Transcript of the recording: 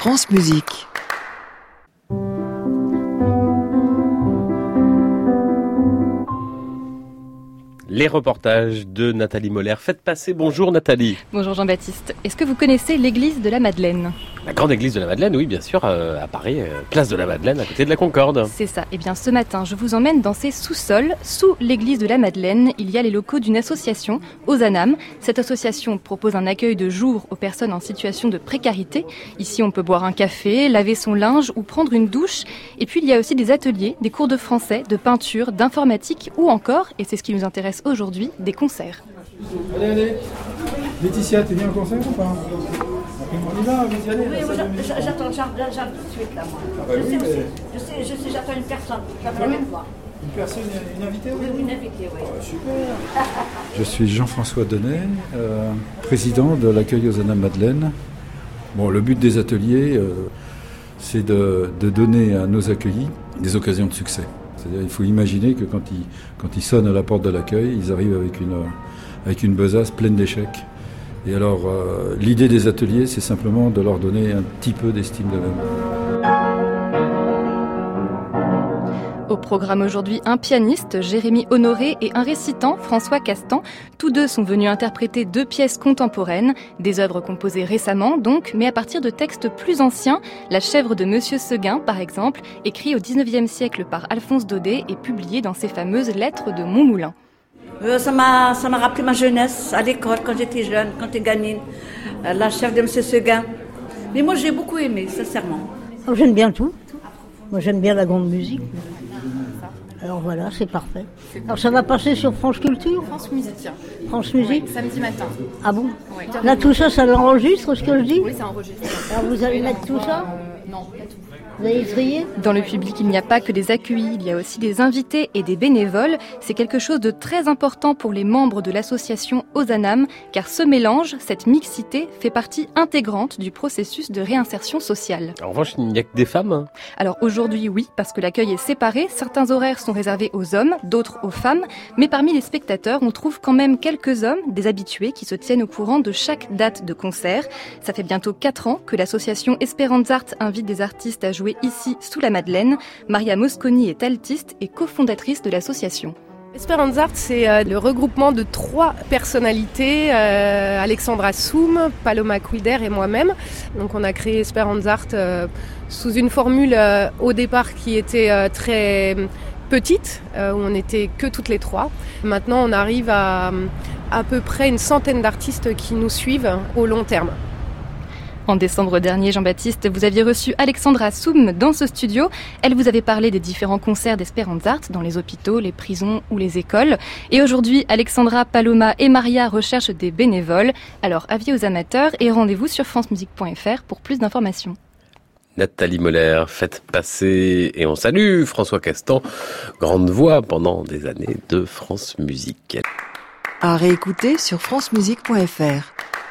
France Musique. Les reportages de Nathalie Moller. Faites passer, bonjour Nathalie. Bonjour Jean-Baptiste. Est-ce que vous connaissez l'église de la Madeleine ? La grande église de la Madeleine, oui bien sûr, à Paris, place de la Madeleine, à côté de la Concorde. C'est ça. Eh bien ce matin, je vous emmène dans ses sous-sols. Sous l'église de la Madeleine, il y a les locaux d'une association, Ozanam. Cette association propose un accueil de jour aux personnes en situation de précarité. Ici, on peut boire un café, laver son linge ou prendre une douche. Et puis il y a aussi des ateliers, des cours de français, de peinture, d'informatique ou encore, et c'est ce qui nous intéresse aujourd'hui, des concerts. Allez. Laetitia, t'es bien au concert ou pas? On y va, vous y allez. Oui, j'attends tout de suite là, moi. Je sais, j'attends une personne. J'attends avec moi. Une personne, une invitée? Oui, une invitée, oui. Super. Je suis Jean-François Denet, président de l'accueil Ozanam Madeleine. Bon, le but des ateliers, c'est de donner à nos accueillis des occasions de succès. C'est-à-dire, il faut imaginer que quand ils sonnent à la porte de l'accueil, ils arrivent avec une besace pleine d'échecs. Et alors, l'idée des ateliers, c'est simplement de leur donner un petit peu d'estime d'eux-mêmes. Au programme aujourd'hui, un pianiste, Jérémy Honoré, et un récitant, François Castan. Tous deux sont venus interpréter 2 pièces contemporaines, des œuvres composées récemment donc, mais à partir de textes plus anciens. La chèvre de Monsieur Seguin, par exemple, écrit au XIXe siècle par Alphonse Daudet et publié dans ses fameuses lettres de Montmoulin. Ça m'a rappelé ma jeunesse, à l'école, quand j'étais jeune, quand j'étais gamine. La chèvre de Monsieur Seguin. Mais moi, j'ai beaucoup aimé, sincèrement. Oh, j'aime bien tout. Moi, j'aime bien la grande musique. Alors voilà, c'est parfait. Alors ça va passer sur France Culture ? France Musique. France Musique ? Oui, samedi matin. Ah bon ? Oui. Là, tout ça, ça l'enregistre, ce que je dis ? Oui, ça enregistre. Alors vous allez mettre tout ça ? Non, pas tout. Vous allez trier ? Dans le public, il n'y a pas que des accueillis, il y a aussi des invités et des bénévoles. C'est quelque chose de très important pour les membres de l'association Ozanam, car ce mélange, cette mixité, fait partie intégrante du processus de réinsertion sociale. En revanche, il n'y a que des femmes. Alors aujourd'hui, oui, parce que l'accueil est séparé. Certains horaires sont réservés aux hommes, d'autres aux femmes. Mais parmi les spectateurs, on trouve quand même quelques hommes, des habitués, qui se tiennent au courant de chaque date de concert. Ça fait bientôt 4 ans que l'association Esperanzart invite des artistes à jouer ici, sous la Madeleine. Maria Mosconi est altiste et cofondatrice de l'association. Esperanzart, c'est le regroupement de 3 personnalités, Alexandra Soum, Paloma Quider et moi-même. Donc on a créé Esperanzart sous une formule au départ qui était très petite, où on n'était que toutes les 3. Maintenant on arrive à peu près une centaine d'artistes qui nous suivent au long terme. En décembre dernier, Jean-Baptiste, vous aviez reçu Alexandra Soum dans ce studio. Elle vous avait parlé des différents concerts d'Esperanzart dans les hôpitaux, les prisons ou les écoles. Et aujourd'hui, Alexandra, Paloma et Maria recherchent des bénévoles. Alors, avis aux amateurs et rendez-vous sur francemusique.fr pour plus d'informations. Nathalie Moller, faites passer, et on salue François Castan, grande voix pendant des années de France Musique. À réécouter sur francemusique.fr.